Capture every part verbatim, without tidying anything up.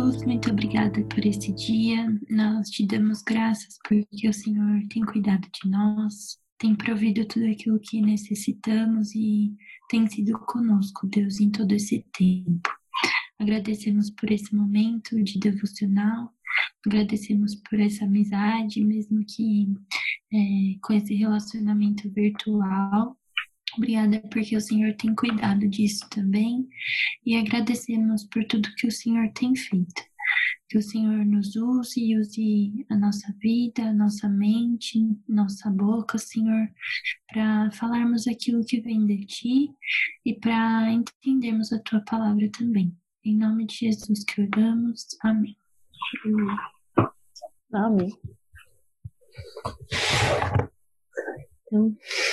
Jesus, muito obrigada por esse dia. Nós te damos graças porque o Senhor tem cuidado de nós, tem provido tudo aquilo que necessitamos e tem sido conosco, Deus, em todo esse tempo. Agradecemos por esse momento de devocional, agradecemos por essa amizade, mesmo que é, com esse relacionamento virtual. Obrigada porque o Senhor tem cuidado disso também e agradecemos por tudo que o Senhor tem feito. Que o Senhor nos use e use a nossa vida, a nossa mente, nossa boca, Senhor, para falarmos aquilo que vem de Ti e para entendermos a Tua palavra também. Em nome de Jesus que oramos. Amém. Amém. Então,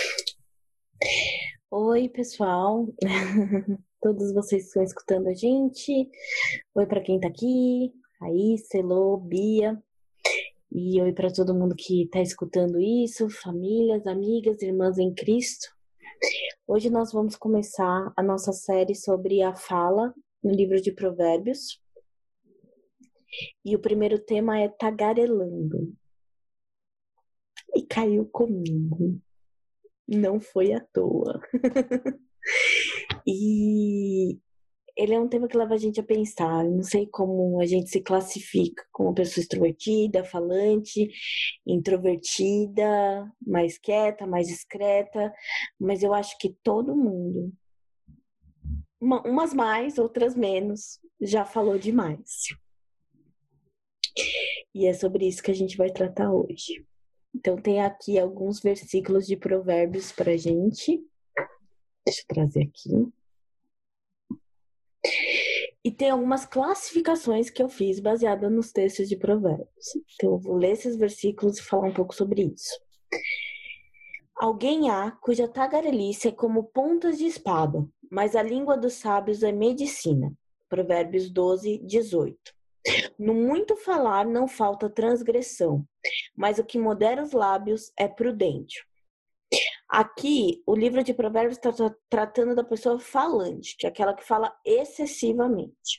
oi, pessoal. Todos vocês que estão escutando a gente. Oi para quem tá aqui. Aí, Celô, Bia. E oi para todo mundo que tá escutando isso, famílias, amigas, irmãs em Cristo. Hoje nós vamos começar a nossa série sobre a fala no livro de Provérbios. E o primeiro tema é tagarelando. E caiu comigo. Não foi à toa. E ele é um tema que leva a gente a pensar. Não sei como a gente se classifica como pessoa extrovertida, falante, introvertida, mais quieta, mais discreta, mas eu acho que todo mundo, uma, umas mais, outras menos, já falou demais. E é sobre isso que a gente vai tratar hoje. Então tem aqui alguns versículos de Provérbios pra gente. Deixa eu trazer aqui. E tem algumas classificações que eu fiz baseada nos textos de Provérbios. Então eu vou ler esses versículos e falar um pouco sobre isso. Alguém há cuja tagarelice é como pontas de espada, mas a língua dos sábios é medicina. Provérbios doze, dezoito. No muito falar não falta transgressão, mas o que modera os lábios é prudente. Aqui, o livro de Provérbios está tratando da pessoa falante, que é aquela que fala excessivamente.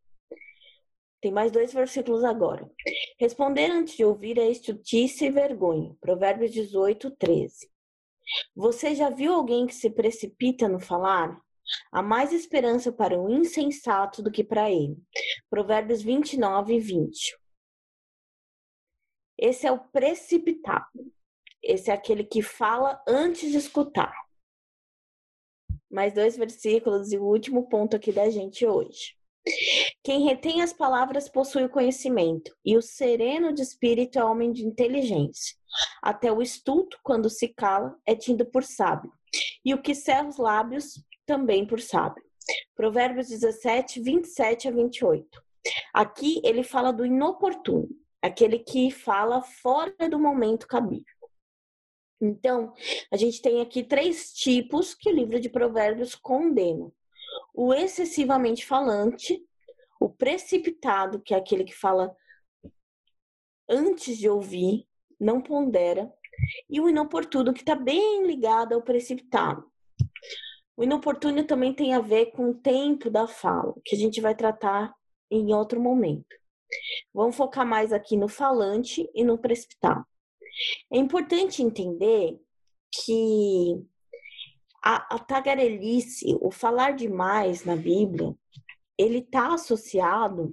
Tem mais dois versículos agora. Responder antes de ouvir é estultícia e vergonha. Provérbios dezoito, treze. Você já viu alguém que se precipita no falar? Há mais esperança para um insensato do que para ele. Provérbios vinte e nove, vinte. Esse é o precipitado. Esse é aquele que fala antes de escutar. Mais dois versículos e o último ponto aqui da gente hoje. Quem retém as palavras possui o conhecimento, e o sereno de espírito é homem de inteligência. Até o estulto, quando se cala, é tido por sábio, e o que cerra os lábios, também por sábio. Provérbios dezessete, vinte e sete a vinte e oito. Aqui ele fala do inoportuno, aquele que fala fora do momento cabível. Então, a gente tem aqui três tipos que o livro de Provérbios condena. O excessivamente falante, o precipitado, que é aquele que fala antes de ouvir, não pondera, e o inoportuno, que está bem ligado ao precipitado. O inoportuno também tem a ver com o tempo da fala, que a gente vai tratar em outro momento. Vamos focar mais aqui no falante e no precipitado. É importante entender que a, a tagarelice, o falar demais na Bíblia, ele está associado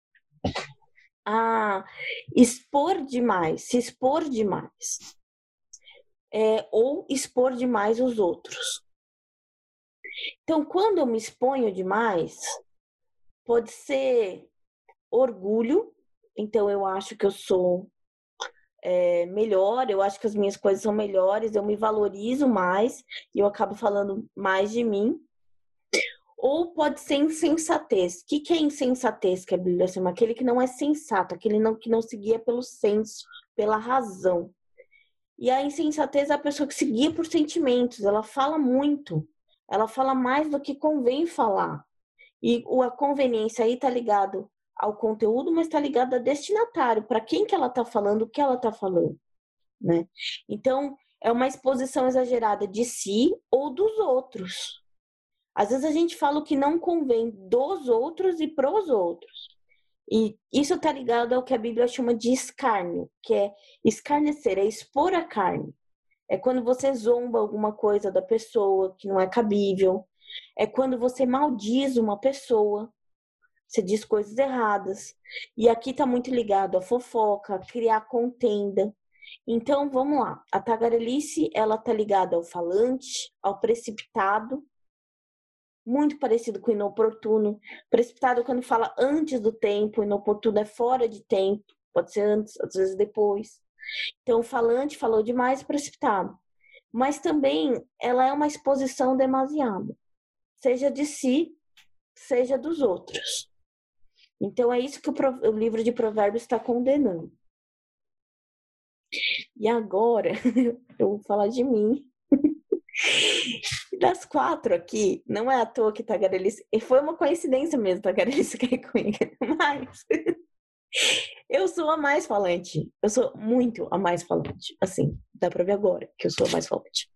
a expor demais, se expor demais, é, ou expor demais os outros. Então, quando eu me exponho demais, pode ser orgulho, então eu acho que eu sou é, melhor, eu acho que as minhas coisas são melhores, eu me valorizo mais e eu acabo falando mais de mim. Ou pode ser insensatez. O que, que é insensatez que a Bíblia chama? Aquele que não é sensato, aquele não, que não se guia pelo senso, pela razão. E a insensatez é a pessoa que se guia por sentimentos, ela fala muito, ela fala mais do que convém falar. E a conveniência aí está ligado ao conteúdo, mas está ligado a destinatário, para quem que ela está falando, o que ela está falando, né? Então, é uma exposição exagerada de si ou dos outros. Às vezes a gente fala o que não convém dos outros e pros outros. E isso está ligado ao que a Bíblia chama de escárnio, que é escarnecer, é expor a carne. É quando você zomba alguma coisa da pessoa que não é cabível. É quando você maldiz uma pessoa. Você diz coisas erradas. E aqui está muito ligado à fofoca, a criar contenda. Então, vamos lá. A tagarelice, ela está ligada ao falante, ao precipitado, muito parecido com o inoportuno. Precipitado quando fala antes do tempo, inoportuno é fora de tempo, pode ser antes, às vezes depois. Então, o falante falou demais, precipitado. Mas também ela é uma exposição demasiada, seja de si, seja dos outros. Então, é isso que o, o livro de Provérbios está condenando. E agora, eu vou falar de mim. Das quatro aqui, não é à toa que tagarelice... Foi uma coincidência mesmo, tagarelice cair comigo. Mas eu sou a mais falante. Eu sou muito a mais falante. Assim, dá pra ver agora que eu sou a mais falante.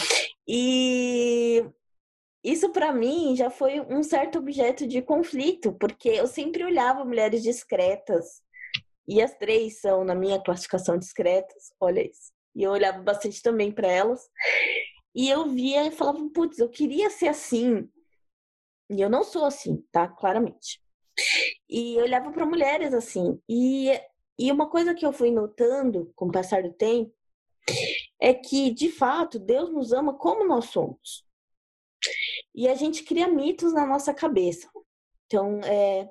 E isso pra mim já foi um certo objeto de conflito, porque eu sempre olhava mulheres discretas. E as três são, na minha classificação, discretas. Olha isso. E eu olhava bastante também pra elas. E eu via e falava, putz, eu queria ser assim. E eu não sou assim, tá? Claramente. E eu olhava para mulheres assim. E, e uma coisa que eu fui notando com o passar do tempo é que, de fato, Deus nos ama como nós somos. E a gente cria mitos na nossa cabeça. Então, é,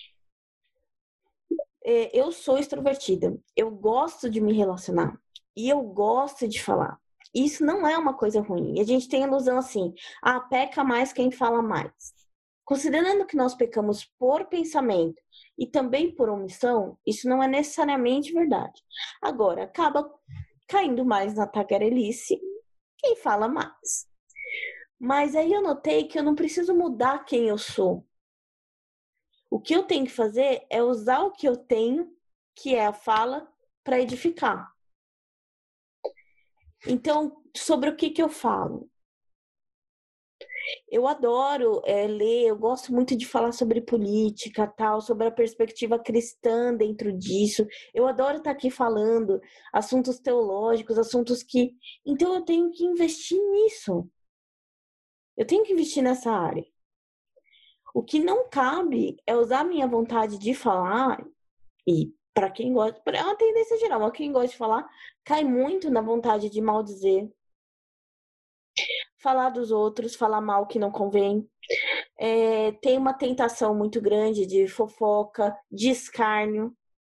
é, eu sou extrovertida. Eu gosto de me relacionar. E eu gosto de falar. Isso não é uma coisa ruim. E a gente tem a ilusão assim, ah, peca mais quem fala mais. Considerando que nós pecamos por pensamento e também por omissão, isso não é necessariamente verdade. Agora, acaba caindo mais na tagarelice quem fala mais. Mas aí eu notei que eu não preciso mudar quem eu sou. O que eu tenho que fazer é usar o que eu tenho, que é a fala, para edificar. Então, sobre o que, que eu falo? Eu adoro é, ler, eu gosto muito de falar sobre política, tal, sobre a perspectiva cristã dentro disso. Eu adoro estar aqui falando assuntos teológicos, assuntos que... Então, eu tenho que investir nisso. Eu tenho que investir nessa área. O que não cabe é usar a minha vontade de falar, e para quem gosta... É uma tendência geral, mas quem gosta de falar cai muito na vontade de maldizer, falar dos outros, falar mal que não convém. É, tem uma tentação muito grande de fofoca, de escárnio,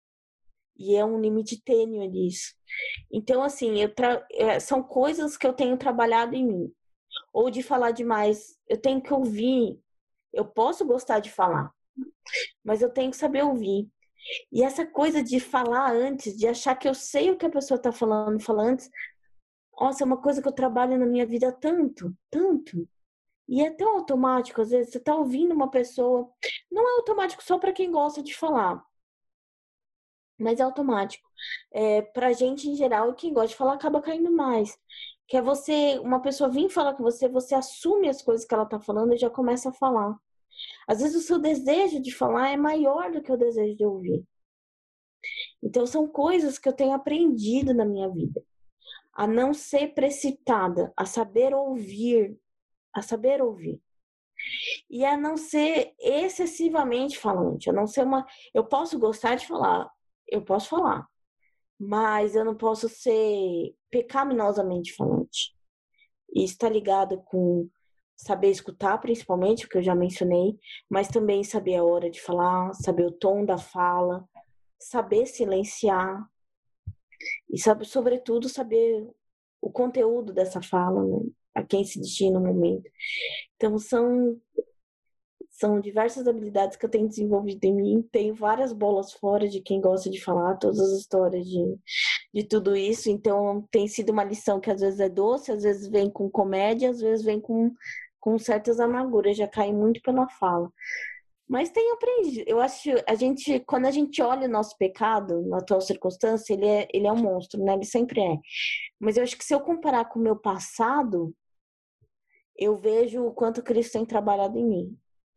e é um limite tênue disso. Então, assim, eu tra... é, são coisas que eu tenho trabalhado em mim. Ou de falar demais, eu tenho que ouvir. Eu posso gostar de falar, mas eu tenho que saber ouvir. E essa coisa de falar antes, de achar que eu sei o que a pessoa está falando, falar antes, nossa, é uma coisa que eu trabalho na minha vida tanto, tanto. E é tão automático, às vezes, você tá ouvindo uma pessoa. Não é automático só para quem gosta de falar, mas é automático. É, pra gente, em geral, quem gosta de falar acaba caindo mais. Que é você, uma pessoa vir falar com você, você assume as coisas que ela tá falando e já começa a falar. Às vezes o seu desejo de falar é maior do que o desejo de ouvir. Então, são coisas que eu tenho aprendido na minha vida. A não ser precipitada, a saber ouvir, a saber ouvir. E a não ser excessivamente falante, a não ser uma... Eu posso gostar de falar, eu posso falar, mas eu não posso ser pecaminosamente falante. Isso está ligado com saber escutar, principalmente, o que eu já mencionei, mas também saber a hora de falar, saber o tom da fala, saber silenciar e, sabe, sobretudo, saber o conteúdo dessa fala, né? A quem se destina no momento. Então, são, são diversas habilidades que eu tenho desenvolvido em mim. Tenho várias bolas fora de quem gosta de falar, todas as histórias de, de tudo isso. Então, tem sido uma lição que às vezes é doce, às vezes vem com comédia, às vezes vem com, com certas amarguras. Já cai muito pela fala. Mas tenho aprendido. Eu acho a gente, quando a gente olha o nosso pecado, na atual circunstância, ele é, ele é um monstro, né? Ele sempre é. Mas eu acho que se eu comparar com o meu passado, eu vejo o quanto Cristo tem trabalhado em mim.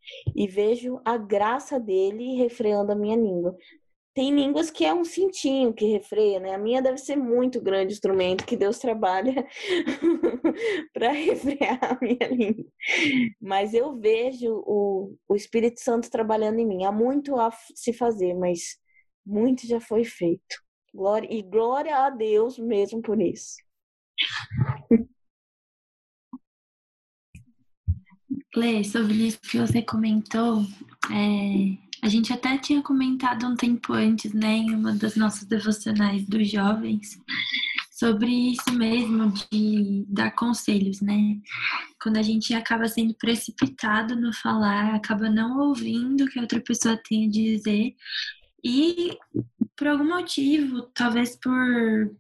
e vejo a graça dele refreando a minha língua. Tem línguas que é um cintinho que refreia, né? A minha deve ser muito grande o instrumento que Deus trabalha para refrear a minha língua. Mas eu vejo o, o Espírito Santo trabalhando em mim. Há muito a se fazer, mas muito já foi feito. Glória, e glória a Deus mesmo por isso. Lê, sobre isso que você comentou, é, a gente até tinha comentado um tempo antes, né, em uma das nossas devocionais dos jovens, sobre isso mesmo, de dar conselhos, né? Quando a gente acaba sendo precipitado no falar, acaba não ouvindo o que a outra pessoa tem a dizer, e por algum motivo, talvez por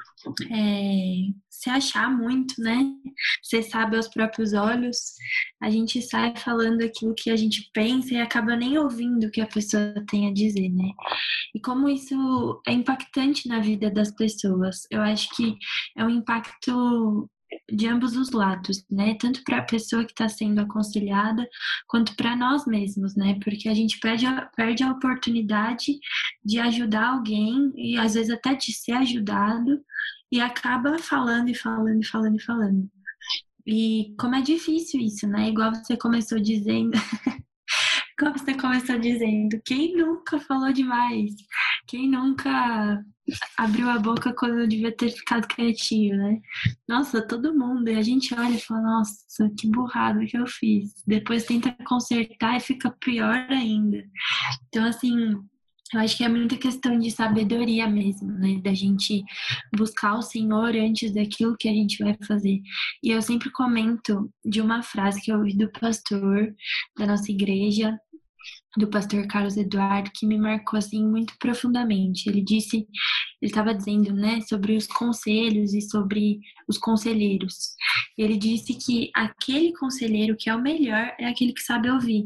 é, se achar muito, né? Você sabe aos próprios olhos, a gente sai falando aquilo que a gente pensa e acaba nem ouvindo o que a pessoa tem a dizer, né? E como isso é impactante na vida das pessoas. Eu acho que é um impacto de ambos os lados, né? Tanto para a pessoa que está sendo aconselhada, quanto para nós mesmos, né? Porque a gente perde a, perde a oportunidade de ajudar alguém e às vezes até de ser ajudado e acaba falando e falando e falando e falando. E como é difícil isso, né? Igual você começou dizendo, como você começou dizendo, quem nunca falou demais? Quem nunca abriu a boca quando eu devia ter ficado quietinho, né? Nossa, todo mundo. E a gente olha e fala, nossa, que burrada que eu fiz. Depois tenta consertar e fica pior ainda. Então, assim, eu acho que é muita questão de sabedoria mesmo, né? Da gente buscar o Senhor antes daquilo que a gente vai fazer. E eu sempre comento de uma frase que eu ouvi do pastor da nossa igreja, do pastor Carlos Eduardo, que me marcou assim muito profundamente. Ele disse, ele estava dizendo, né, sobre os conselhos e sobre os conselheiros. Ele disse que aquele conselheiro que é o melhor é aquele que sabe ouvir.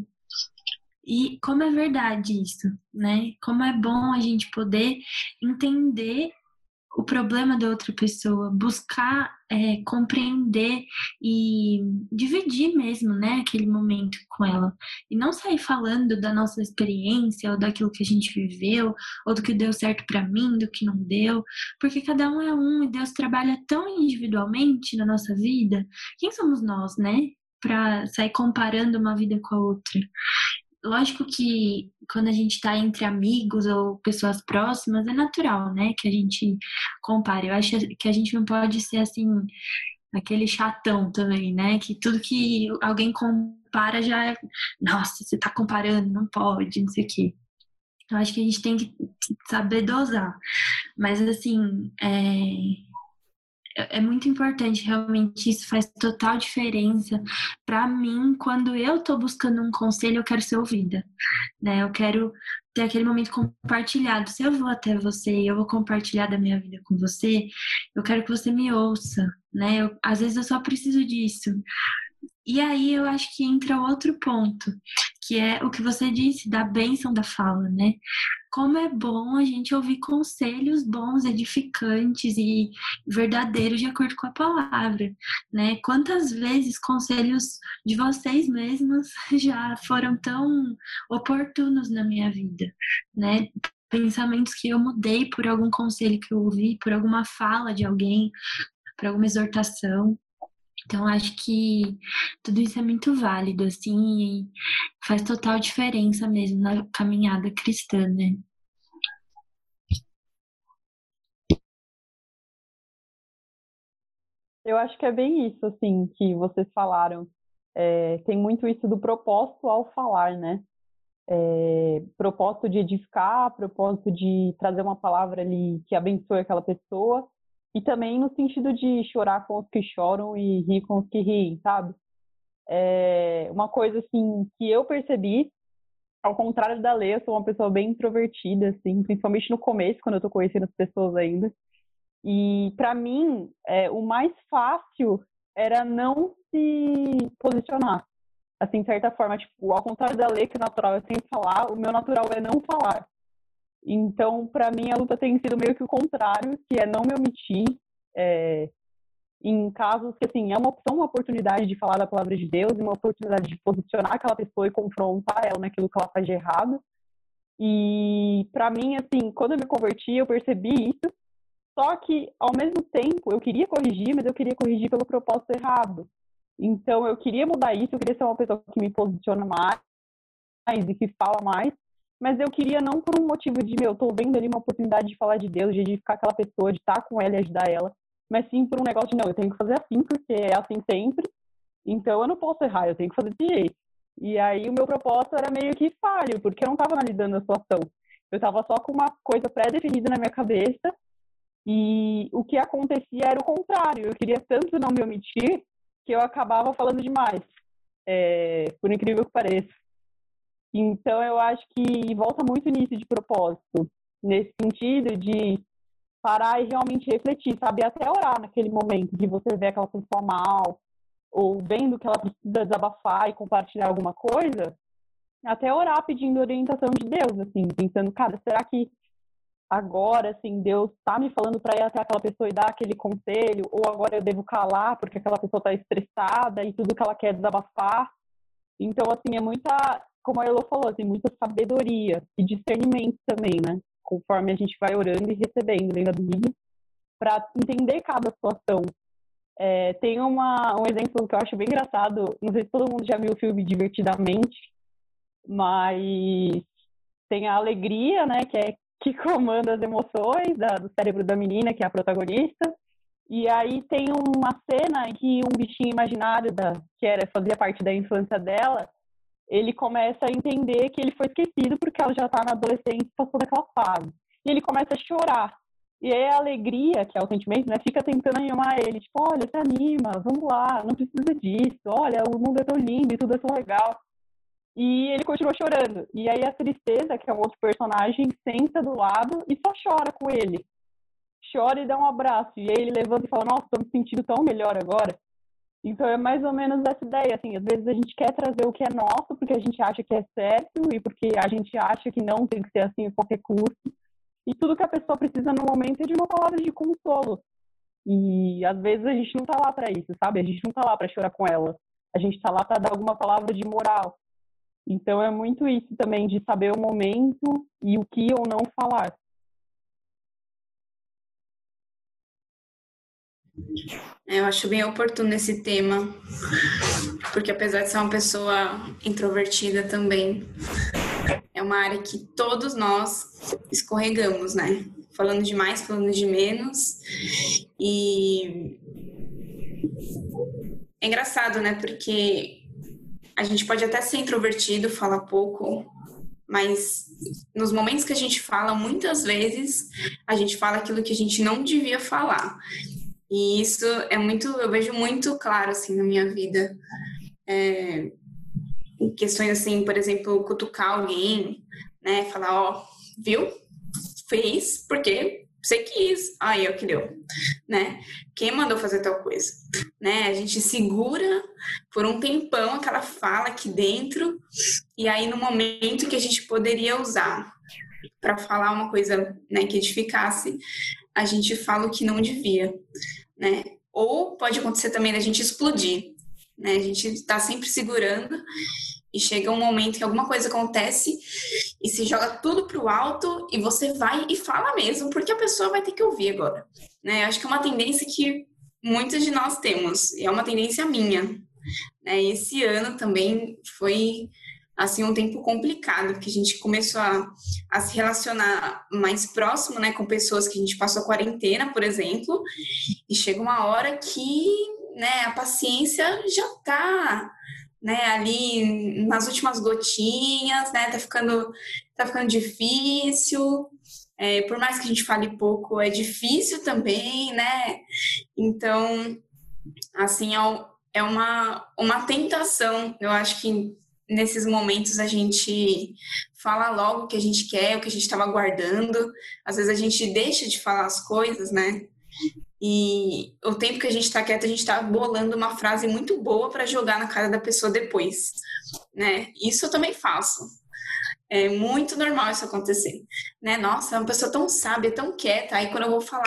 E como é verdade isso, né? Como é bom a gente poder entender o problema da outra pessoa, buscar é, compreender e dividir mesmo, né, aquele momento com ela. E não sair falando da nossa experiência, ou daquilo que a gente viveu, ou do que deu certo para mim, do que não deu, porque cada um é um e Deus trabalha tão individualmente na nossa vida. Quem somos nós, né, para sair comparando uma vida com a outra? Lógico que quando a gente está entre amigos ou pessoas próximas, é natural, né, que a gente compare. Eu acho que a gente não pode ser, assim, aquele chatão também, né, que tudo que alguém compara já é, nossa, você tá comparando, não pode, não sei o quê. Eu acho que a gente tem que saber dosar. Mas, assim, é, é muito importante, realmente, isso faz total diferença. Para mim, quando eu tô buscando um conselho, eu quero ser ouvida, né? Eu quero ter aquele momento compartilhado. Se eu vou até você e eu vou compartilhar da minha vida com você, eu quero que você me ouça, né? Eu, às vezes eu só preciso disso. E aí eu acho que entra outro ponto, que é o que você disse da bênção da fala, né? Como é bom a gente ouvir conselhos bons, edificantes e verdadeiros de acordo com a palavra, né? Quantas vezes conselhos de vocês mesmos já foram tão oportunos na minha vida, né? Pensamentos que eu mudei por algum conselho que eu ouvi, por alguma fala de alguém, por alguma exortação. Então, acho que tudo isso é muito válido, assim, e faz total diferença mesmo na caminhada cristã, né? Eu acho que é bem isso, assim, que vocês falaram. É, tem muito isso do propósito ao falar, né? É, propósito de edificar, propósito de trazer uma palavra ali que abençoe aquela pessoa, e também no sentido de chorar com os que choram e rir com os que riem, sabe? É uma coisa, assim, que eu percebi, ao contrário da Lê, eu sou uma pessoa bem introvertida, assim, principalmente no começo, quando eu tô conhecendo as pessoas ainda. E para mim, é, o mais fácil era não se posicionar. Assim, de certa forma, tipo, ao contrário da Lê, que o natural é sempre falar, o meu natural é não falar. Então, para mim, a luta tem sido meio que o contrário, que é não me omitir, é, em casos que, assim, é uma opção, uma oportunidade de falar da palavra de Deus, uma oportunidade de posicionar aquela pessoa e confrontar ela naquilo que ela faz de errado. E, para mim, assim, quando eu me converti, eu percebi isso, só que, ao mesmo tempo, eu queria corrigir, mas eu queria corrigir pelo propósito errado. Então, eu queria mudar isso, eu queria ser uma pessoa que me posiciona mais e que fala mais, mas eu queria não por um motivo de, meu, tô vendo ali uma oportunidade de falar de Deus, de edificar aquela pessoa, de estar com ela e ajudar ela, mas sim por um negócio de, não, eu tenho que fazer assim, porque é assim sempre, então eu não posso errar, eu tenho que fazer de jeito. E aí o meu propósito era meio que falho, porque eu não estava analisando a situação. Eu estava só com uma coisa pré-definida na minha cabeça, e o que acontecia era o contrário. Eu queria tanto não me omitir que eu acabava falando demais, é, por incrível que pareça. Então, eu acho que volta muito nisso de propósito, nesse sentido de parar e realmente refletir, sabe? Até orar naquele momento de você ver aquela pessoa mal, ou vendo que ela precisa desabafar e compartilhar alguma coisa, até orar pedindo orientação de Deus, assim, pensando, cara, será que agora, assim, Deus tá me falando para ir até aquela pessoa e dar aquele conselho, ou agora eu devo calar porque aquela pessoa tá estressada e tudo que ela quer desabafar? Então, assim, é muita, como a Elo falou, assim, muita sabedoria e discernimento também, né? Conforme a gente vai orando e recebendo, lendo a Bíblia, para entender cada situação. É, tem uma, um exemplo que eu acho bem engraçado, não sei se todo mundo já viu o filme Divertidamente, mas tem a alegria, né, que é que comanda as emoções da, do cérebro da menina, que é a protagonista. E aí tem uma cena em que um bichinho imaginário da, que era, fazia parte da infância dela, ele começa a entender que ele foi esquecido porque ela já está na adolescência e passou daquela fase. E ele começa a chorar. E aí a alegria, que é o sentimento, né, fica tentando animar ele. Tipo, olha, se anima, vamos lá, não precisa disso. Olha, o mundo é tão lindo e tudo é tão legal. E ele continua chorando. E aí a tristeza, que é um outro personagem, senta do lado e só chora com ele. Chora e dá um abraço. E aí ele levanta e fala, nossa, estou me sentindo tão melhor agora. Então é mais ou menos essa ideia, assim, às vezes a gente quer trazer o que é nosso porque a gente acha que é certo e porque a gente acha que não tem que ser assim a qualquer custo. E tudo que a pessoa precisa no momento é de uma palavra de consolo. E às vezes a gente não tá lá para isso, sabe? A gente não tá lá para chorar com ela. A gente tá lá para dar alguma palavra de moral. Então é muito isso também, de saber o momento e o que ou não falar. Eu acho bem oportuno esse tema, porque apesar de ser uma pessoa introvertida também, é uma área que todos nós escorregamos, né? Falando de mais, falando de menos. E é engraçado, né? Porque a gente pode até ser introvertido, falar pouco, mas nos momentos que a gente fala, muitas vezes, a gente fala aquilo que a gente não devia falar. E isso é muito, eu vejo muito claro, assim, na minha vida. É, em questões, assim, por exemplo, cutucar alguém, né? Falar, ó, viu? Fez porque você quis. Aí, ó, que deu, né? Quem mandou fazer tal coisa? Né? A gente segura por um tempão aquela fala aqui dentro e aí no momento que a gente poderia usar para falar uma coisa, né, que edificasse, a gente fala o que não devia, né? Ou pode acontecer também da gente explodir, né? A gente está sempre segurando e chega um momento que alguma coisa acontece e se joga tudo pro alto e você vai e fala mesmo, porque a pessoa vai ter que ouvir agora, né? Acho que é uma tendência que muitos de nós temos, e é uma tendência minha, né? Esse ano também foi assim um tempo complicado, porque a gente começou a, a se relacionar mais próximo, né, com pessoas que a gente passou a quarentena, por exemplo, e chega uma hora que, né, a paciência já tá, né, ali nas últimas gotinhas, né, tá ficando, tá ficando difícil, é, por mais que a gente fale pouco, é difícil também, né, então, assim, é, é uma, uma tentação, eu acho que nesses momentos a gente fala logo o que a gente quer, o que a gente estava aguardando. Às vezes a gente deixa de falar as coisas, né? E o tempo que a gente está quieto, a gente está bolando uma frase muito boa para jogar na cara da pessoa depois, né? Isso eu também faço. É muito normal isso acontecer, né? Nossa, é uma pessoa tão sábia, tão quieta. Aí quando eu vou falar,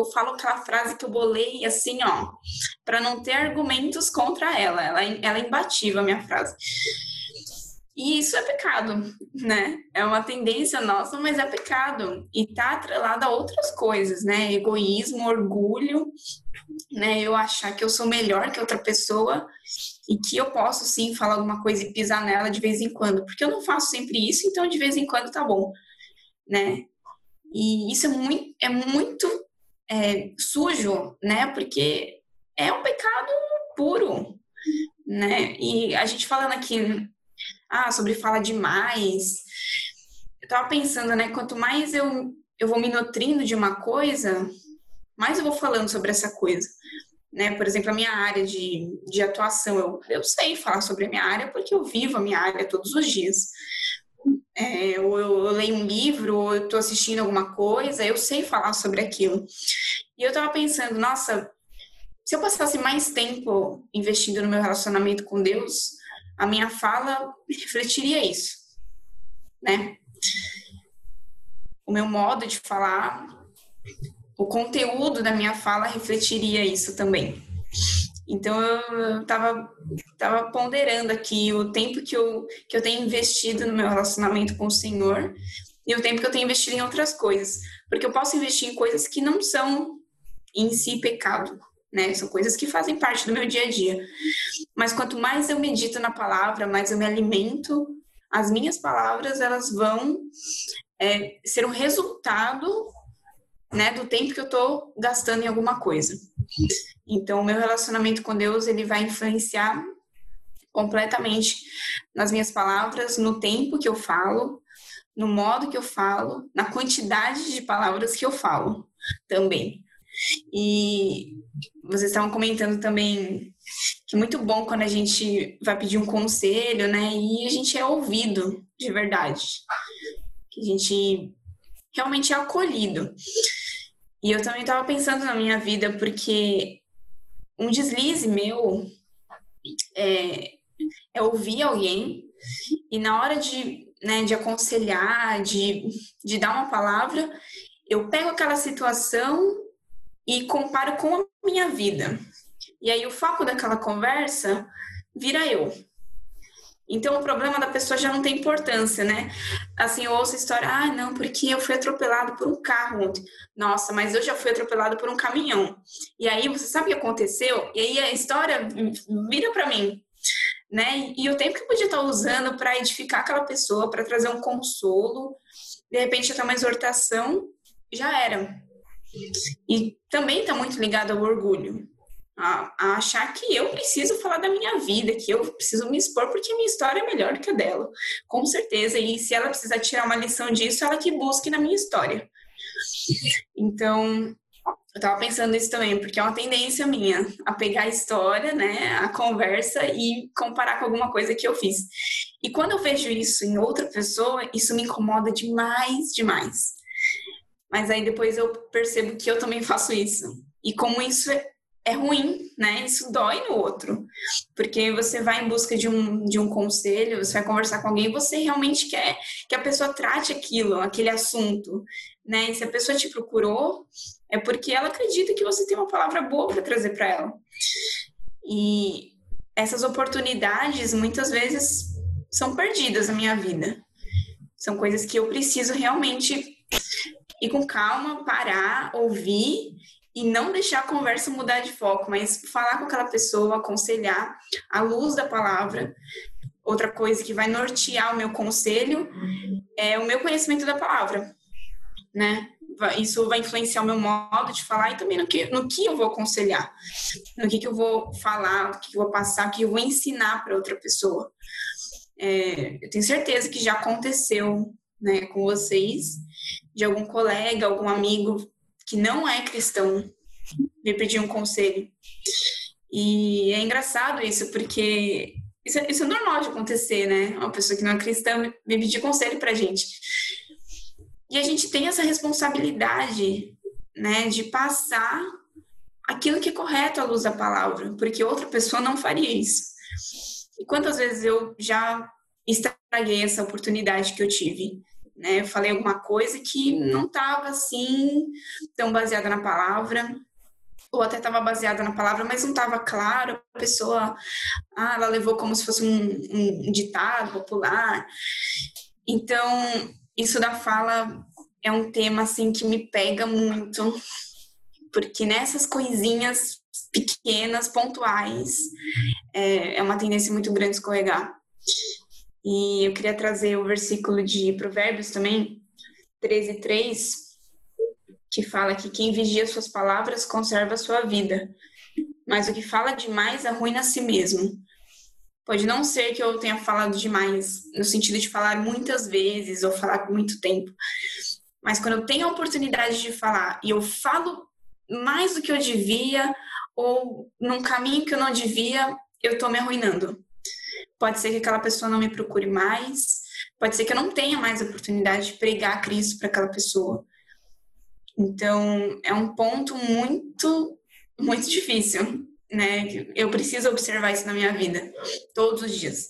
eu falo aquela frase que eu bolei assim, ó, para não ter argumentos contra ela. Ela, ela é imbatível, a minha frase. E isso é pecado, né? É uma tendência nossa, mas é pecado. E tá atrelado a outras coisas, né? Egoísmo, orgulho, né? Eu achar que eu sou melhor que outra pessoa e que eu posso, sim, falar alguma coisa e pisar nela de vez em quando. Porque eu não faço sempre isso, então de vez em quando tá bom, né? E isso é muito, é muito é, sujo, né? Porque é um pecado puro, né? E a gente falando aqui... Ah, sobre fala demais. Eu tava pensando, né? Quanto mais eu, eu vou me nutrindo de uma coisa, mais eu vou falando sobre essa coisa. Né? Por exemplo, a minha área de, de atuação. Eu, eu sei falar sobre a minha área porque eu vivo a minha área todos os dias. É, ou eu, eu leio um livro, ou eu tô assistindo alguma coisa, eu sei falar sobre aquilo. E eu tava pensando, nossa, se eu passasse mais tempo investindo no meu relacionamento com Deus... a minha fala refletiria isso, né? O meu modo de falar, o conteúdo da minha fala refletiria isso também. Então, eu tava, tava ponderando aqui o tempo que eu, que eu tenho investido no meu relacionamento com o Senhor e o tempo que eu tenho investido em outras coisas. Porque eu posso investir em coisas que não são em si pecado, né? São coisas que fazem parte do meu dia a dia. Mas quanto mais eu medito na palavra, mais eu me alimento, as minhas palavras, elas vão é, ser um resultado, né, do tempo que eu estou gastando em alguma coisa. Então, o meu relacionamento com Deus, ele vai influenciar completamente nas minhas palavras, no tempo que eu falo, no modo que eu falo, na quantidade de palavras que eu falo também. E vocês estavam comentando também que é muito bom quando a gente vai pedir um conselho, né? E a gente é ouvido de verdade. Que a gente realmente é acolhido. E eu também estava pensando na minha vida, porque um deslize meu é, é ouvir alguém e na hora de, né, de aconselhar, de, de dar uma palavra, eu pego aquela situação e comparo com a minha vida. E aí o foco daquela conversa vira eu. Então o problema da pessoa já não tem importância, né? Assim, eu ouço a história, ah, não, porque eu fui atropelado por um carro ontem. Nossa, mas eu já fui atropelado por um caminhão. E aí, você sabe o que aconteceu? E aí a história vira para mim, né? E o tempo que eu podia estar usando para edificar aquela pessoa, para trazer um consolo, de repente até uma exortação, já era. E também está muito ligado ao orgulho. A, a achar que eu preciso falar da minha vida, que eu preciso me expor porque a minha história é melhor que a dela, com certeza, e se ela precisar tirar uma lição disso, ela que busque na minha história. Então, eu tava pensando nisso também, porque é uma tendência minha, a pegar a história, né, a conversa e comparar com alguma coisa que eu fiz. E quando eu vejo isso em outra pessoa, isso me incomoda demais, demais. Mas aí depois eu percebo que eu também faço isso. E como isso é É ruim, né? Isso dói no outro. Porque você vai em busca de um, de um conselho, você vai conversar com alguém e você realmente quer que a pessoa trate aquilo, aquele assunto, né? E se a pessoa te procurou, é porque ela acredita que você tem uma palavra boa para trazer para ela. E essas oportunidades, muitas vezes, são perdidas na minha vida. São coisas que eu preciso realmente ir com calma, parar, ouvir e não deixar a conversa mudar de foco, mas falar com aquela pessoa, aconselhar à luz da palavra. Outra coisa que vai nortear o meu conselho é o meu conhecimento da palavra, né? Isso vai influenciar o meu modo de falar e também no que, no que eu vou aconselhar, no que, que eu vou falar, no que, que eu vou passar, o que eu vou ensinar para outra pessoa. É, eu tenho certeza que já aconteceu, né, com vocês, de algum colega, algum amigo que não é cristão me pedir um conselho. E é engraçado isso, porque isso é, isso é normal de acontecer, né? Uma pessoa que não é cristã me pedir conselho pra gente. E a gente tem essa responsabilidade, né, de passar aquilo que é correto à luz da palavra, porque outra pessoa não faria isso. E quantas vezes eu já estraguei essa oportunidade que eu tive, né? Eu falei alguma coisa que não estava assim tão baseada na palavra, ou até estava baseada na palavra, mas não estava claro. A pessoa, ah, ela levou como se fosse um, um ditado popular. Então, isso da fala é um tema assim que me pega muito, porque nessas coisinhas pequenas, pontuais, é, é uma tendência muito grande escorregar. E eu queria trazer o versículo de Provérbios também, treze, três, que fala que quem vigia suas palavras conserva a sua vida, mas o que fala demais arruína a si mesmo. Pode não ser que eu tenha falado demais, no sentido de falar muitas vezes ou falar por muito tempo, mas quando eu tenho a oportunidade de falar e eu falo mais do que eu devia ou num caminho que eu não devia, eu tô me arruinando. Pode ser que aquela pessoa não me procure mais, pode ser que eu não tenha mais a oportunidade de pregar Cristo para aquela pessoa. Então, é um ponto muito, muito difícil, né? Eu preciso observar isso na minha vida, todos os dias.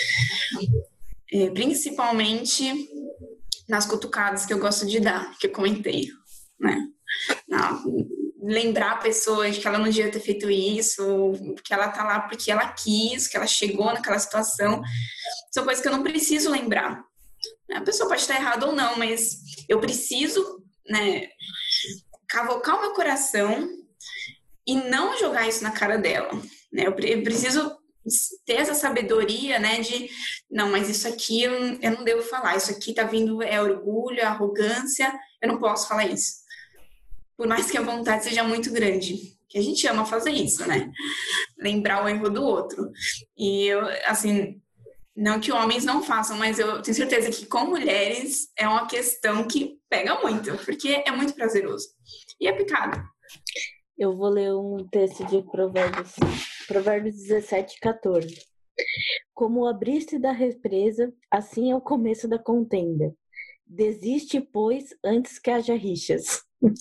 É, principalmente nas cutucadas que eu gosto de dar, que eu comentei, né? Não, lembrar a pessoa de que ela não devia ter feito isso, que ela tá lá porque ela quis, que ela chegou naquela situação, são coisas que eu não preciso lembrar. A pessoa pode estar errada ou não, mas eu preciso, né, cavocar o meu coração e não jogar isso na cara dela, né? Eu preciso ter essa sabedoria, né, de não, mas isso aqui eu não, eu não devo falar, isso aqui tá vindo, é orgulho, é arrogância, eu não posso falar isso. Por mais que a vontade seja muito grande, que a gente ama fazer isso, né? Lembrar o erro do outro. E eu, assim, não que homens não façam, mas eu tenho certeza que com mulheres é uma questão que pega muito, porque é muito prazeroso. E é pecado. Eu vou ler um texto de Provérbios, Provérbios dezessete, quatorze. Como o abrir-se da represa, assim é o começo da contenda. Desiste, pois, antes que haja rixas.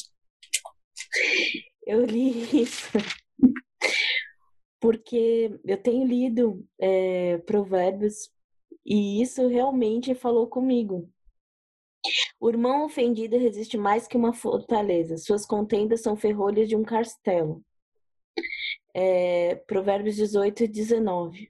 Eu li isso porque eu tenho lido é, Provérbios e isso realmente falou comigo. O irmão ofendido resiste mais que uma fortaleza. Suas contendas são ferrolhos de um castelo. É, Provérbios dezoito e dezenove.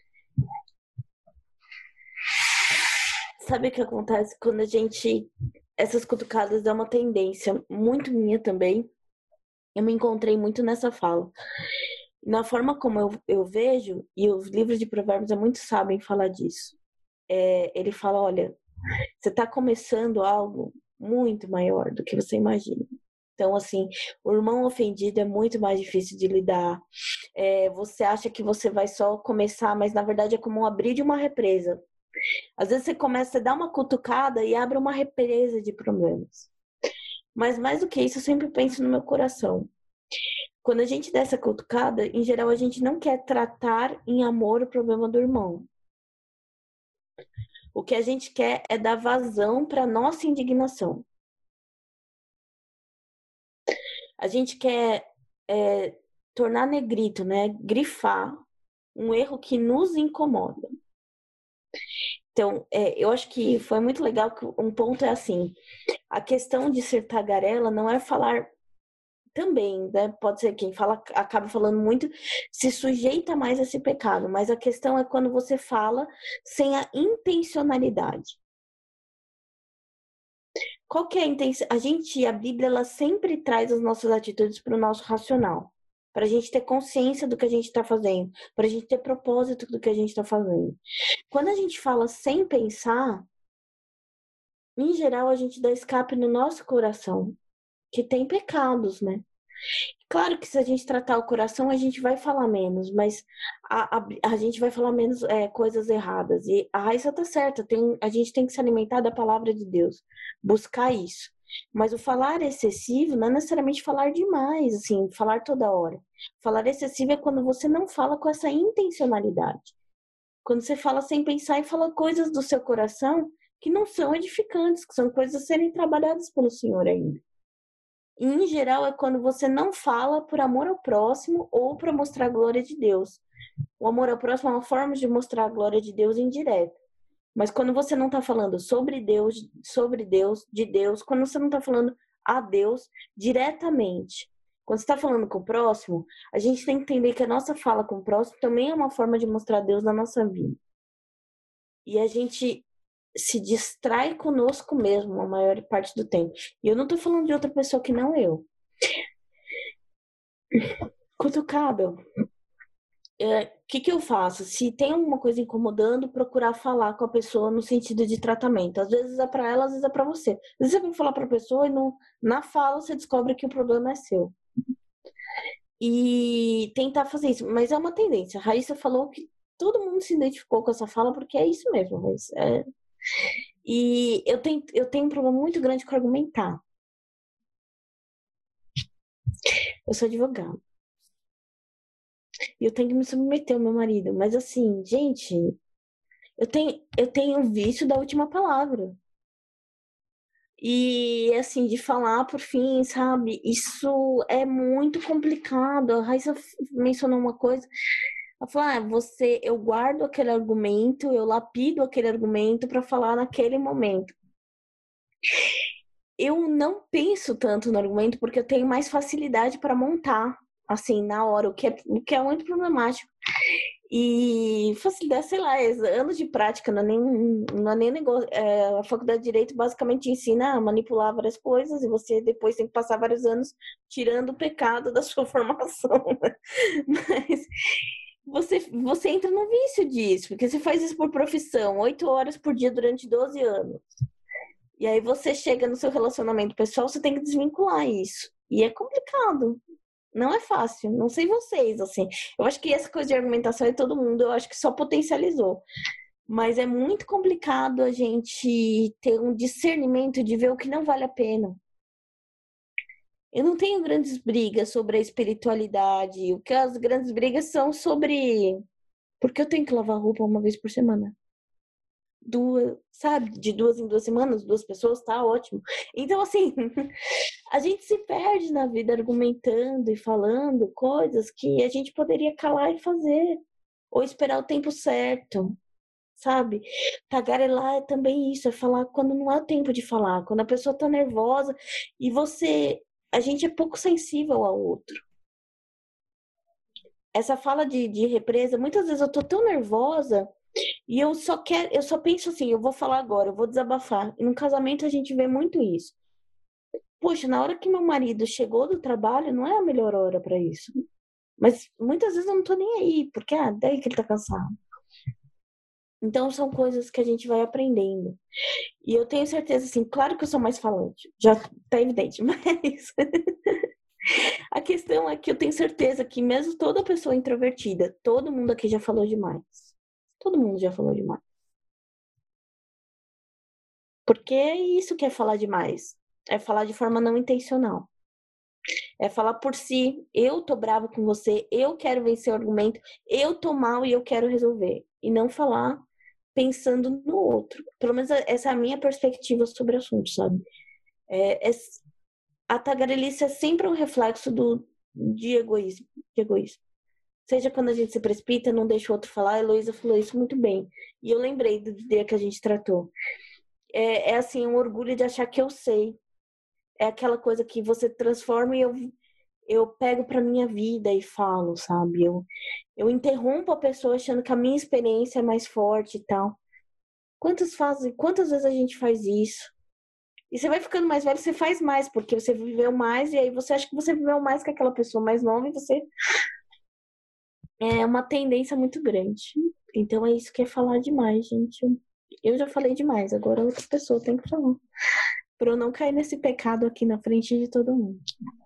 Sabe o que acontece quando a gente... Essas cutucadas dão uma tendência muito minha também. Eu me encontrei muito nessa fala. Na forma como eu, eu vejo, e os livros de Provérbios é muito sabem falar disso. É, ele fala, olha, você está começando algo muito maior do que você imagina. Então, assim, o irmão ofendido é muito mais difícil de lidar. É, você acha que você vai só começar, mas na verdade é como um abrir de uma represa. Às vezes você começa a dar uma cutucada e abre uma represa de problemas. Mas mais do que isso, eu sempre penso no meu coração. Quando a gente dá essa cutucada, em geral a gente não quer tratar em amor o problema do irmão. O que a gente quer é dar vazão para nossa indignação. A gente quer é, tornar negrito, né? Grifar um erro que nos incomoda. Então, é, eu acho que foi muito legal que um ponto é assim, a questão de ser tagarela não é falar também, né? Pode ser quem fala, acaba falando muito, se sujeita mais a esse pecado, mas a questão é quando você fala sem a intencionalidade. Qual que é a intenção? A gente, a Bíblia, ela sempre traz as nossas atitudes para o nosso racional, para a gente ter consciência do que a gente está fazendo, para a gente ter propósito do que a gente está fazendo. Quando a gente fala sem pensar, em geral a gente dá escape no nosso coração, que tem pecados, né? Claro que se a gente tratar o coração, a gente vai falar menos, mas a, a, a gente vai falar menos é, coisas erradas. E a Raíssa tá certa, tem, a gente tem que se alimentar da palavra de Deus, buscar isso. Mas o falar excessivo não é necessariamente falar demais, assim, falar toda hora. Falar excessivo é quando você não fala com essa intencionalidade. Quando você fala sem pensar e fala coisas do seu coração que não são edificantes, que são coisas a serem trabalhadas pelo Senhor ainda. E, em geral, é quando você não fala por amor ao próximo ou para mostrar a glória de Deus. O amor ao próximo é uma forma de mostrar a glória de Deus indireta. Mas quando você não está falando sobre Deus, sobre Deus, de Deus, quando você não está falando a Deus diretamente, quando você está falando com o próximo, a gente tem que entender que a nossa fala com o próximo também é uma forma de mostrar Deus na nossa vida. E a gente se distrai conosco mesmo a maior parte do tempo. E eu não estou falando de outra pessoa que não eu. Cutucado. O é, que, que eu faço? Se tem alguma coisa incomodando, procurar falar com a pessoa no sentido de tratamento. Às vezes é para ela, às vezes é para você. Às vezes você vai falar para a pessoa e no, na fala você descobre que o problema é seu. E tentar fazer isso. Mas é uma tendência. A Raíssa falou que todo mundo se identificou com essa fala porque é isso mesmo, Raíssa. É... E eu tenho, eu tenho um problema muito grande com argumentar. Eu sou advogada. E eu tenho que me submeter ao meu marido. Mas assim, gente, eu tenho, eu tenho o vício da última palavra. E assim, de falar por fim, sabe? Isso é muito complicado. A Raíssa mencionou uma coisa. Ela falou, ah, você, eu guardo aquele argumento, eu lapido aquele argumento para falar naquele momento. Eu não penso tanto no argumento porque eu tenho mais facilidade para montar, assim, na hora, o que é, o que é muito problemático. E facilidade, sei lá, anos de prática, não é nem, não é nem negócio. É, a faculdade de Direito basicamente ensina a manipular várias coisas e você depois tem que passar vários anos tirando o pecado da sua formação. Mas você, você entra no vício disso, porque você faz isso por profissão, oito horas por dia durante doze anos. E aí você chega no seu relacionamento pessoal, você tem que desvincular isso. E é complicado. Não é fácil, não sei vocês, assim. Eu acho que essa coisa de argumentação é todo mundo, eu acho que só potencializou. Mas é muito complicado a gente ter um discernimento de ver o que não vale a pena. Eu não tenho grandes brigas sobre a espiritualidade. O que as grandes brigas são sobre... Porque eu tenho que lavar roupa uma vez por semana. Duas, sabe? De duas em duas semanas, duas pessoas, tá ótimo. Então, assim, a gente se perde na vida argumentando e falando coisas que a gente poderia calar e fazer. Ou esperar o tempo certo, sabe? Tagarelar é também isso, é falar quando não há tempo de falar, quando a pessoa tá nervosa e você... A gente é pouco sensível ao outro. Essa fala de, de represa, muitas vezes eu tô tão nervosa e eu só quero, eu só penso assim, eu vou falar agora, eu vou desabafar. E no casamento a gente vê muito isso. Poxa, na hora que meu marido chegou do trabalho, não é a melhor hora para isso. Mas muitas vezes eu não tô nem aí, porque ah, daí que ele tá cansado. Então são coisas que a gente vai aprendendo. E eu tenho certeza, assim, claro que eu sou mais falante, já tá evidente, mas a questão é que eu tenho certeza que mesmo toda pessoa introvertida, todo mundo aqui já falou demais. Todo mundo já falou demais. Porque é isso que é falar demais. É falar de forma não intencional. É falar por si, eu tô brava com você, eu quero vencer o argumento, eu tô mal e eu quero resolver. E não falar pensando no outro. Pelo menos essa é a minha perspectiva sobre o assunto, sabe? É, é, a tagarelice é sempre um reflexo do, de egoísmo, de egoísmo. Seja quando a gente se precipita, não deixa o outro falar. A Heloísa falou isso muito bem. E eu lembrei do dia que a gente tratou. É, é assim, um orgulho de achar que eu sei. É aquela coisa que você transforma e eu, eu pego pra minha vida e falo, sabe? Eu, eu interrompo a pessoa achando que a minha experiência é mais forte e tal. Quantas, fazem, quantas vezes a gente faz isso? E você vai ficando mais velho, você faz mais, porque você viveu mais, e aí você acha que você viveu mais que aquela pessoa mais nova, e você... É uma tendência muito grande. Então é isso que é falar demais, gente. Eu já falei demais, agora outra pessoa tem que falar. Pra eu não cair nesse pecado aqui na frente de todo mundo.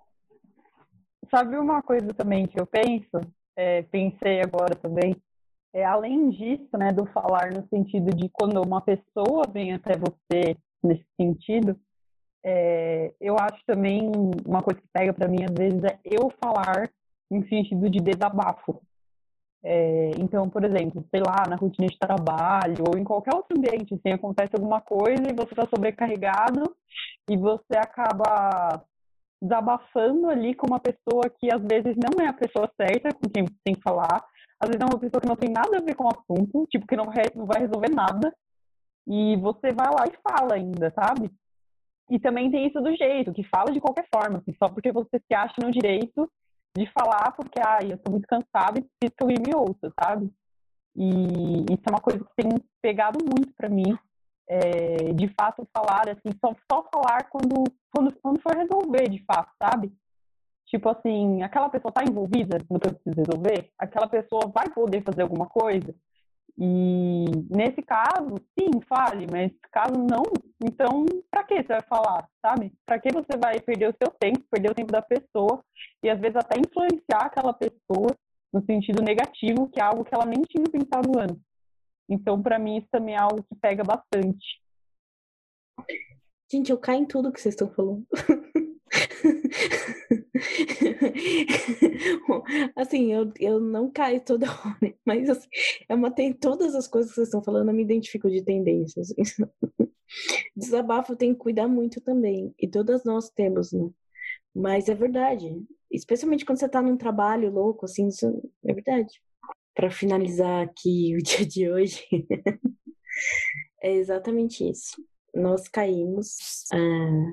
Sabe uma coisa também que eu penso? É, pensei agora também. É, além disso, né, do falar no sentido de quando uma pessoa vem até você nesse sentido, é, eu acho também uma coisa que pega para mim às vezes é eu falar em sentido de desabafo. É, então, por exemplo, sei lá, na rotina de trabalho ou em qualquer outro ambiente, assim, acontece alguma coisa e você está sobrecarregado e você acaba desabafando ali com uma pessoa que às vezes não é a pessoa certa com quem você tem que falar, às vezes é uma pessoa que não tem nada a ver com o assunto, tipo, que não, re- não vai resolver nada, e você vai lá e fala ainda, sabe? E também tem isso do jeito, que fala de qualquer forma, assim, só porque você se acha no direito de falar porque, ai, eu tô muito cansada e preciso que alguém me ouça, sabe? E isso é uma coisa que tem pegado muito para mim, é, de fato falar, assim, só, só falar quando, quando, quando for resolver, de fato, sabe? Tipo assim, aquela pessoa tá envolvida no que eu preciso resolver, aquela pessoa vai poder fazer alguma coisa, e nesse caso, sim, fale, mas caso não, então pra que você vai falar, sabe? Pra que você vai perder o seu tempo, perder o tempo da pessoa, e às vezes até influenciar aquela pessoa no sentido negativo, que é algo que ela nem tinha pensado antes. Então, para mim, isso também é algo que pega bastante. Gente, eu caio em tudo que vocês estão falando. Assim, eu, eu não caio toda hora, mas assim, é uma, tem todas as coisas que vocês estão falando, eu me identifico de tendências. Desabafo tem que cuidar muito também, e todas nós temos, né? Mas é verdade, especialmente quando você tá num trabalho louco, assim, isso é verdade. Para finalizar aqui o dia de hoje, é exatamente isso. Nós caímos ah,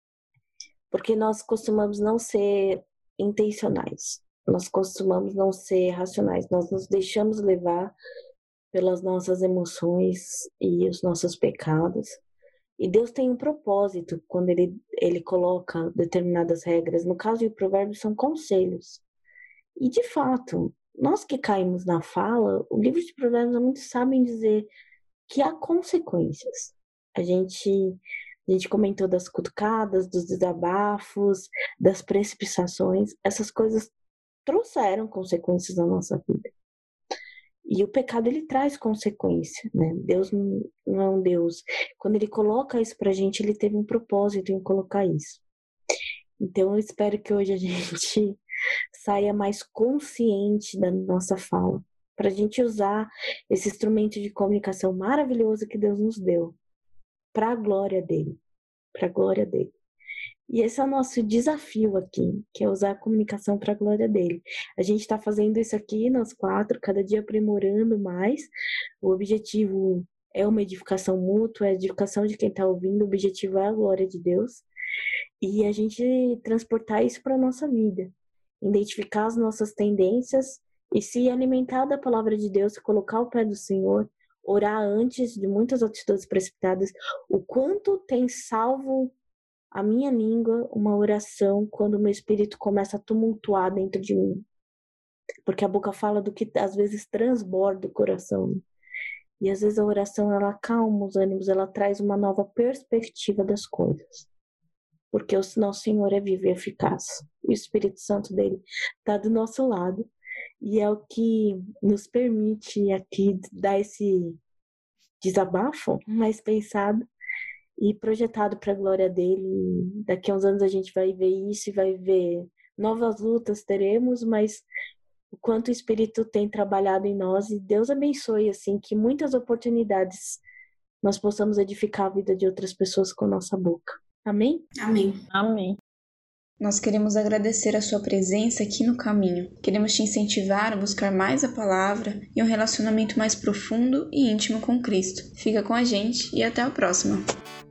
porque nós costumamos não ser intencionais. Nós costumamos não ser racionais. Nós nos deixamos levar pelas nossas emoções e os nossos pecados. E Deus tem um propósito quando Ele, ele coloca determinadas regras. No caso de Provérbios, são conselhos. E, de fato, nós que caímos na fala, o livro de Provérbios é muito sabem dizer que há consequências. A gente, a gente comentou das cutucadas, dos desabafos, das precipitações. Essas coisas trouxeram consequências na nossa vida. E o pecado, ele traz consequência, né? Deus não é um Deus. Quando ele coloca isso pra gente, ele teve um propósito em colocar isso. Então, eu espero que hoje a gente saia mais consciente da nossa fala, para a gente usar esse instrumento de comunicação maravilhoso que Deus nos deu, para a glória dele, para a glória dele. E esse é o nosso desafio aqui, que é usar a comunicação para a glória dele. A gente está fazendo isso aqui, nós quatro, cada dia aprimorando mais. O objetivo é uma edificação mútua, é a edificação de quem está ouvindo, o objetivo é a glória de Deus. E a gente transportar isso para a nossa vida, identificar as nossas tendências e se alimentar da palavra de Deus, colocar o pé do Senhor, orar antes de muitas atitudes precipitadas. O quanto tem salvo a minha língua uma oração quando o meu espírito começa a tumultuar dentro de mim. Porque a boca fala do que às vezes transborda o coração. E às vezes a oração, ela acalma os ânimos, ela traz uma nova perspectiva das coisas. Porque o nosso Senhor é vivo e eficaz. E o Espírito Santo dele está do nosso lado. E é o que nos permite aqui dar esse desabafo mais pensado e projetado para a glória dele. Daqui a uns anos a gente vai ver isso e vai ver novas lutas teremos, mas o quanto o Espírito tem trabalhado em nós. E Deus abençoe, assim, que muitas oportunidades nós possamos edificar a vida de outras pessoas com nossa boca. Amém? Amém. Amém. Nós queremos agradecer a sua presença aqui no Caminho. Queremos te incentivar a buscar mais a palavra e um relacionamento mais profundo e íntimo com Cristo. Fica com a gente e até a próxima.